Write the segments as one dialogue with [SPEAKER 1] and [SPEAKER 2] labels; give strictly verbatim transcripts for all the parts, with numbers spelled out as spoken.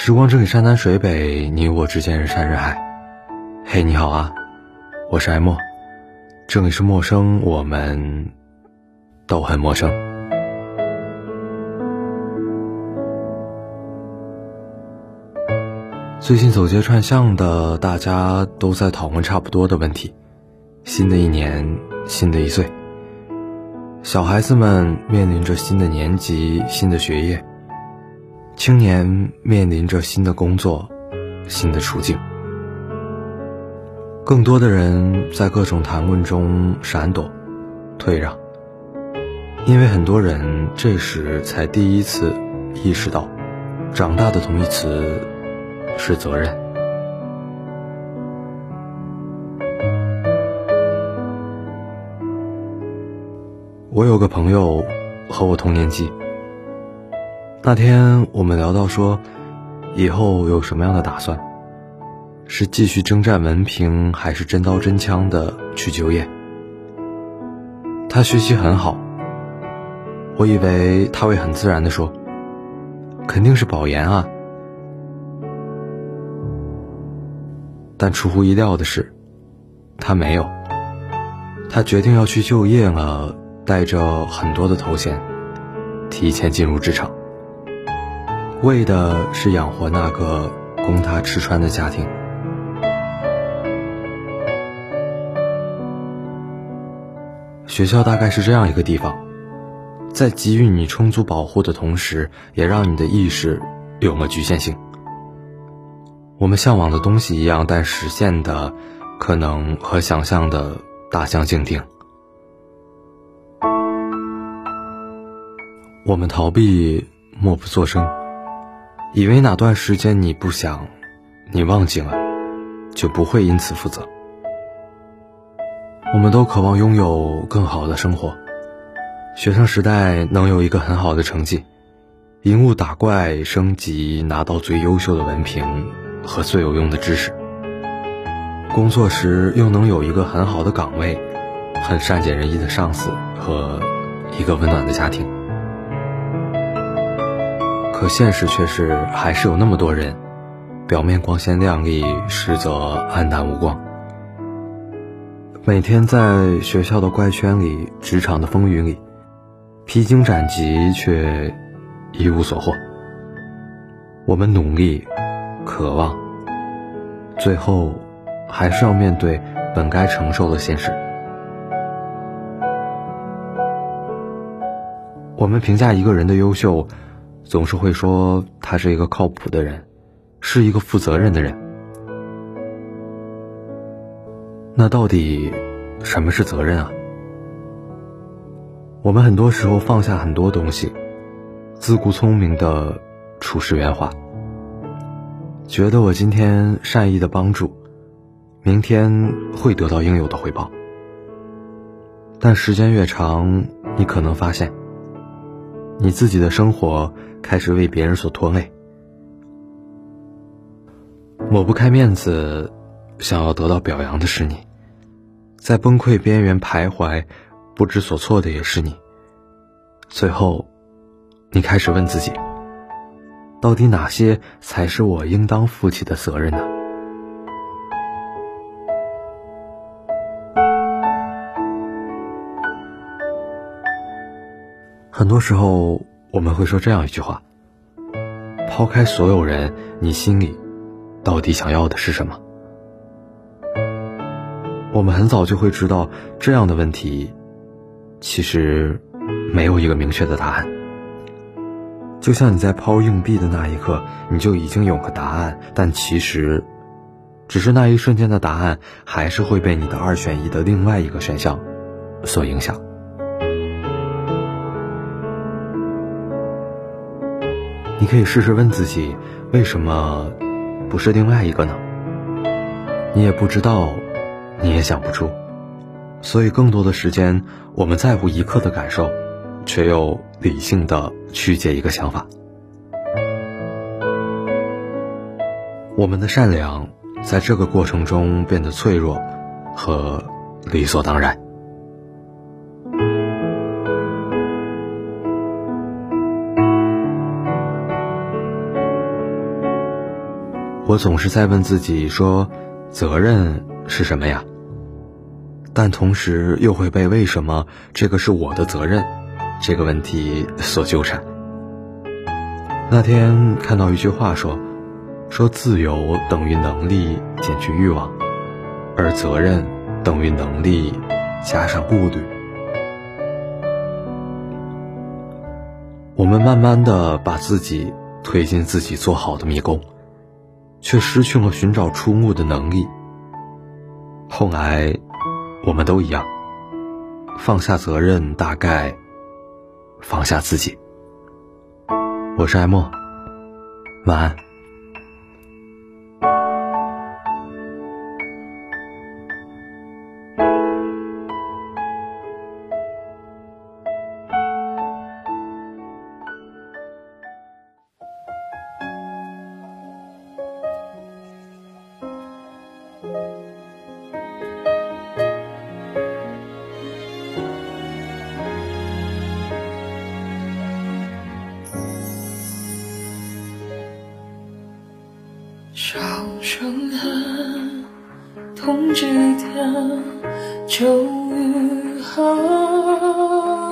[SPEAKER 1] 时光这里山南水北，你我之间人山人海。嘿，你好啊，我是艾默，这里是陌生，我们都很陌生。最近走街串巷的，大家都在讨论差不多的问题。新的一年，新的一岁，小孩子们面临着新的年级，新的学业，青年面临着新的工作，新的处境。更多的人在各种谈论中闪躲退让，因为很多人这时才第一次意识到，长大的同义词是责任。我有个朋友和我同年级，那天我们聊到说，以后有什么样的打算，是继续征战文凭，还是真刀真枪的去就业。他学习很好，我以为他会很自然地说，肯定是保研啊。但出乎意料的是，他没有，他决定要去就业了，带着很多的头衔提前进入职场，为的是养活那个供他吃穿的家庭。学校大概是这样一个地方，在给予你充足保护的同时，也让你的意识有了局限性。我们向往的东西一样，但实现的可能和想象的大相径庭。我们逃避，默不作声，以为哪段时间你不想，你忘记了，就不会因此负责。我们都渴望拥有更好的生活，学生时代能有一个很好的成绩，一路打怪升级，拿到最优秀的文凭和最有用的知识。工作时又能有一个很好的岗位，很善解人意的上司和一个温暖的家庭。可现实却是，还是有那么多人，表面光鲜亮丽，实则黯淡无光。每天在学校的怪圈里，职场的风雨里，披荆斩棘，却一无所获。我们努力渴望，最后还是要面对本该承受的现实。我们评价一个人的优秀，总是会说他是一个靠谱的人，是一个负责任的人。那到底什么是责任啊？我们很多时候放下很多东西，自顾聪明的处事圆滑，觉得我今天善意的帮助，明天会得到应有的回报。但时间越长，你可能发现，你自己的生活开始为别人所拖累。抹不开面子，想要得到表扬的是你，在崩溃边缘徘徊，不知所措的也是你。最后，你开始问自己，到底哪些才是我应当负起的责任呢？很多时候我们会说这样一句话，抛开所有人，你心里到底想要的是什么？我们很早就会知道，这样的问题其实没有一个明确的答案。就像你在抛硬币的那一刻，你就已经有个答案，但其实只是那一瞬间的答案，还是会被你的二选一的另外一个选项所影响。你可以试试问自己，为什么不是另外一个呢？你也不知道，你也想不出。所以更多的时间，我们在乎一刻的感受，却又理性的曲解一个想法。我们的善良在这个过程中变得脆弱和理所当然。 我总是在问自己说，责任是什么呀？但同时又会被为什么这个是我的责任这个问题所纠缠。那天看到一句话说，说自由等于能力减去欲望，而责任等于能力加上顾虑。我们慢慢的把自己推进自己做好的迷宫，却失去了寻找出路的能力。后来我们都一样，放下责任，大概放下自己。我是艾默，晚安。
[SPEAKER 2] 小声喊，痛几天就愈合，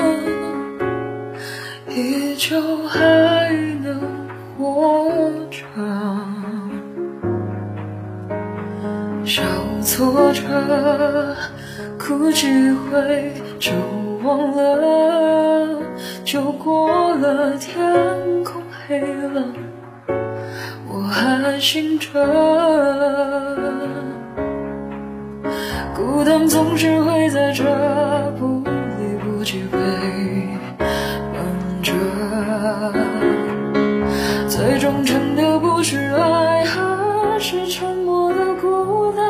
[SPEAKER 2] 依旧还能活着。小挫折，哭几回就忘了，就过了，天空黑了，我还醒着。孤单总是会在这不离不弃陪伴着，最终真的不是爱，还是沉默的孤单。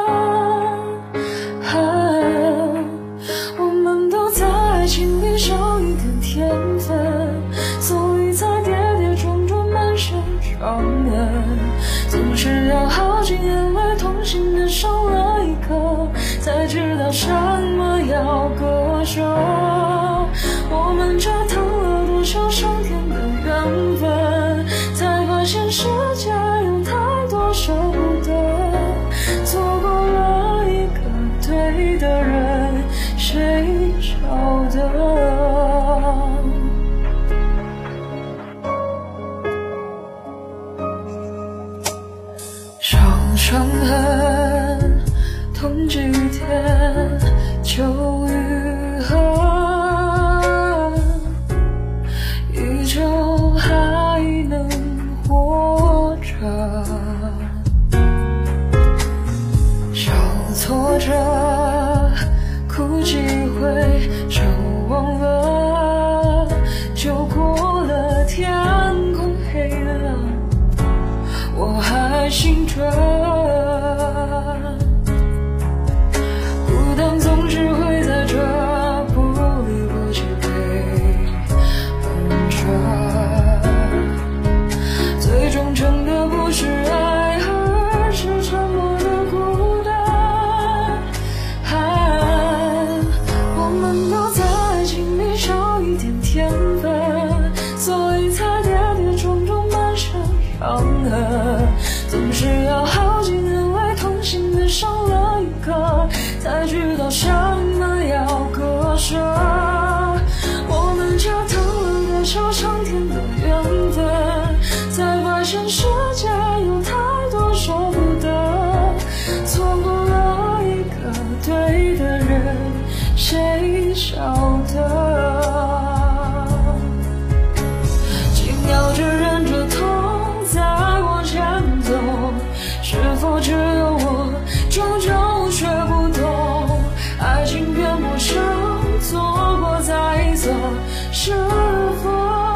[SPEAKER 2] 啊，我们都在爱情里少一点天分，所以才跌跌撞撞满身伤痕，总是要耗尽眼泪，痛心的伤了一颗，才知道什么要割舍。我们折腾了多少上天的缘分，才发现世界有太多舍不得，错过了一个对的人，谁晓得。伤伤痕，痛几天就愈合，依旧还能活着。小挫折，哭几回就忘了，就过了，天空黑了，我还醒着。孤单总是会在这不离不弃陪伴着，最终真的不是爱，而是沉默的孤单。啊，我们都在爱情里少一点天分，所以才跌跌撞撞满身伤痕，总是要耗尽眼泪，痛心的伤了一颗，才知道什么要割舍。我们折腾了多少上天的缘分，才发现世界有太多舍不得，错过了一个对的人，谁晓得。紧咬着忍着痛再往前走，是否只有我终究学不懂，爱情变陌生，错过再走，是否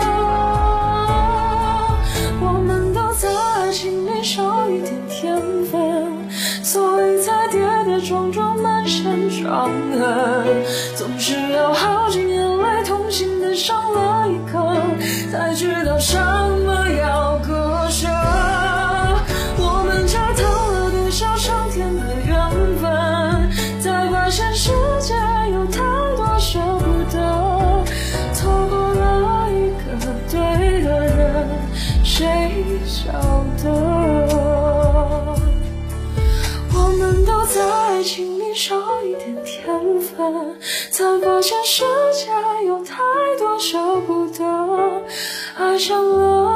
[SPEAKER 2] 我们都在爱情里少一点天分，所以才跌跌撞撞满身伤痕，总是要耗尽眼泪，痛心的伤了一颗，才知道什么要割舍。我们折腾了多少上天的缘分，才发现世界有太多舍不得，错过了一个对的人，谁晓得。 才发现世界有太多舍不得，爱上了